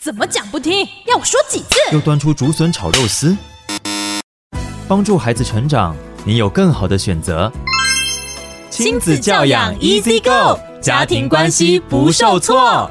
怎么讲不听？要我说几次？ 又端出竹笋炒肉丝。帮助孩子成长，你有更好的选择。亲子教养 Easy Go， 家庭关系不受挫。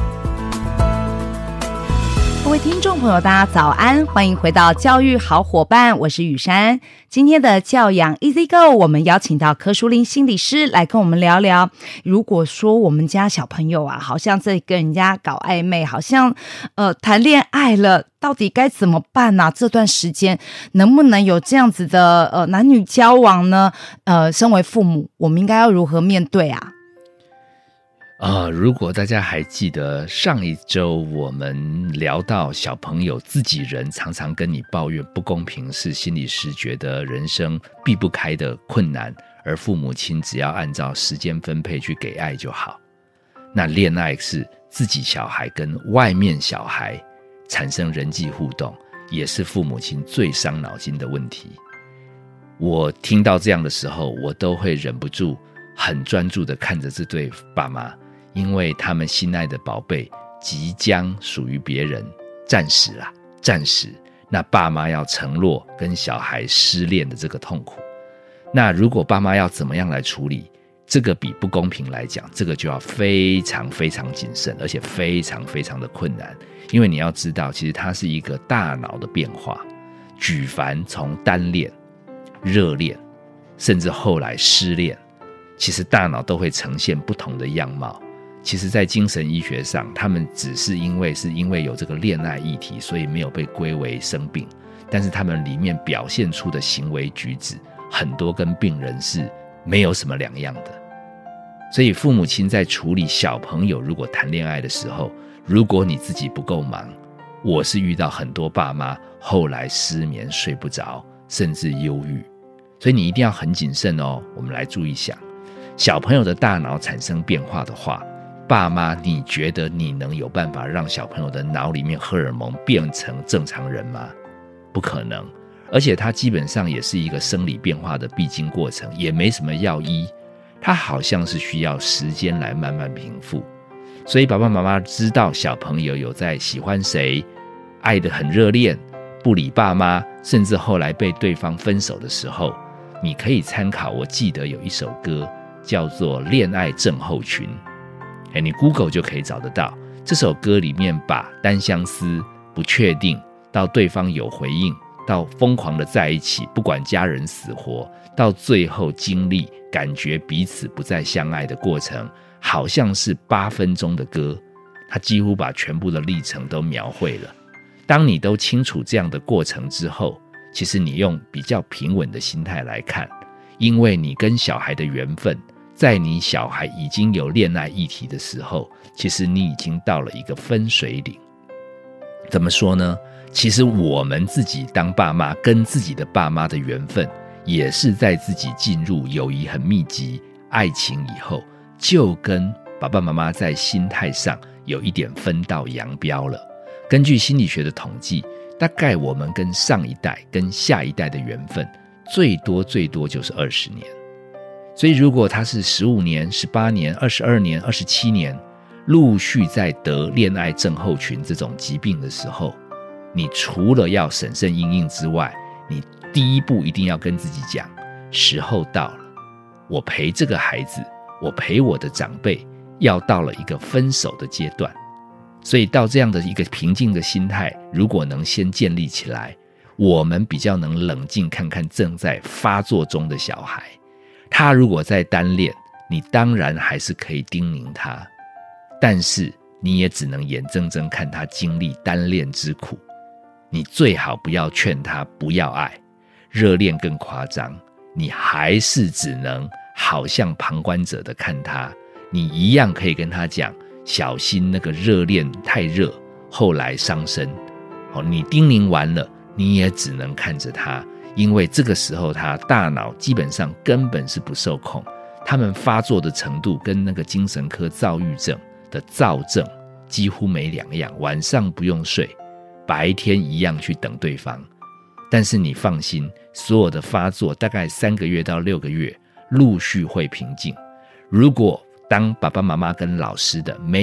各位听众朋友，大家早安，欢迎回到教育好伙伴，我是雨珊。今天的教养 Easy Go， 我们邀请到柯淑玲心理师来跟我们聊聊，如果说我们家小朋友啊，好像在跟人家搞暧昧，好像谈恋爱了，到底该怎么办啊？这段时间能不能有这样子的男女交往呢？身为父母，我们应该要如何面对啊？ 如果大家还记得上一周我们聊到小朋友自己人常常跟你抱怨不公平，是心理师觉得人生避不开的困难，而父母亲只要按照时间分配去给爱就好。那恋爱是自己小孩跟外面小孩产生人际互动，也是父母亲最伤脑筋的问题。我听到这样的时候，我都会忍不住很专注地看着这对爸妈，因为他们心爱的宝贝即将属于别人，暂时。那爸妈要承诺跟小孩失恋的这个痛苦，那如果爸妈要怎么样来处理，这个比不公平来讲，这个就要非常非常谨慎，而且非常非常的困难。因为你要知道，其实它是一个大脑的变化，举凡从单恋、热恋，甚至后来失恋，其实大脑都会呈现不同的样貌。其实在精神医学上，他们只是因为有这个恋爱议题，所以没有被归为生病，但是他们里面表现出的行为举止很多跟病人是没有什么两样的。所以父母亲在处理小朋友如果谈恋爱的时候，如果你自己不够忙，我是遇到很多爸妈后来失眠睡不着，甚至忧郁。所以你一定要很谨慎哦。我们来注意想，小朋友的大脑产生变化的话，爸妈你觉得你能有办法让小朋友的脑里面荷尔蒙变成正常人吗？不可能。而且它基本上也是一个生理变化的必经过程，也没什么药医，它好像是需要时间来慢慢平复。所以爸爸妈妈知道小朋友有在喜欢谁，爱得很热恋，不理爸妈，甚至后来被对方分手的时候，你可以参考，我记得有一首歌叫做《恋爱症候群》，你 Google 就可以找得到。这首歌里面把单相思、不确定，到对方有回应，到疯狂的在一起，不管家人死活，到最后经历感觉彼此不再相爱的过程，好像是8分钟的歌，它几乎把全部的历程都描绘了。当你都清楚这样的过程之后，其实你用比较平稳的心态来看，因为你跟小孩的缘分，在你小孩已经有恋爱议题的时候，其实你已经到了一个分水岭。怎么说呢？其实我们自己当爸妈跟自己的爸妈的缘分，也是在自己进入友谊很密集、爱情以后，就跟爸爸妈妈在心态上有一点分道扬镳了。根据心理学的统计，大概我们跟上一代跟下一代的缘分最多就是20年。所以如果他是15年、18年、22年、27年陆续在得恋爱症候群这种疾病的时候，你除了要审慎因应之外，你第一步一定要跟自己讲，时候到了，我陪这个孩子，我陪我的长辈，要到了一个分手的阶段。所以到这样的一个平静的心态，如果能先建立起来，我们比较能冷静看看正在发作中的小孩。他如果在单恋，你当然还是可以叮咛他，但是你也只能眼睁睁看他经历单恋之苦。你最好不要劝他不要爱，热恋更夸张，你还是只能好像旁观者的看他。你一样可以跟他讲，小心那个热恋太热，后来伤身。你叮咛完了，你也只能看着他，因为这个时候他大脑基本上根本是不受控，他们发作的程度跟那个精神科躁郁症的躁症几乎没两样，晚上不用睡，白天一样去等对方。但是你放心，所有的发作大概3个月到6个月陆续会平静。如果当爸爸妈妈跟老师的没有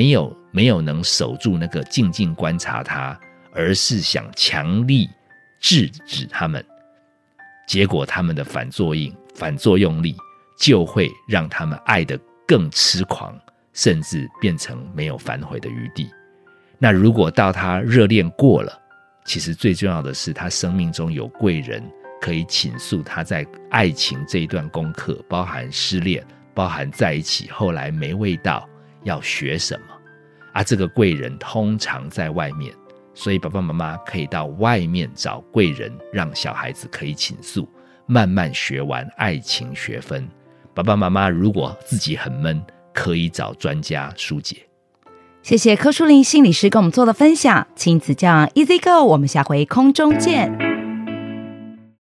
没有能守住那个静静观察他，而是想强力制止他们，结果他们的反作用力就会让他们爱得更痴狂，甚至变成没有反悔的余地。那如果到他热恋过了，其实最重要的是他生命中有贵人可以倾诉他在爱情这一段功课，包含失恋，包含在一起后来没味道，要学什么啊？这个贵人通常在外面，所以爸爸妈妈可以到外面找贵人，让小孩子可以倾诉，慢慢学完爱情学分。爸爸妈妈如果自己很闷，可以找专家疏解。 谢谢柯淑玲心理师跟我们做的分享，亲子教养 Easy Go， 我们下回空中见。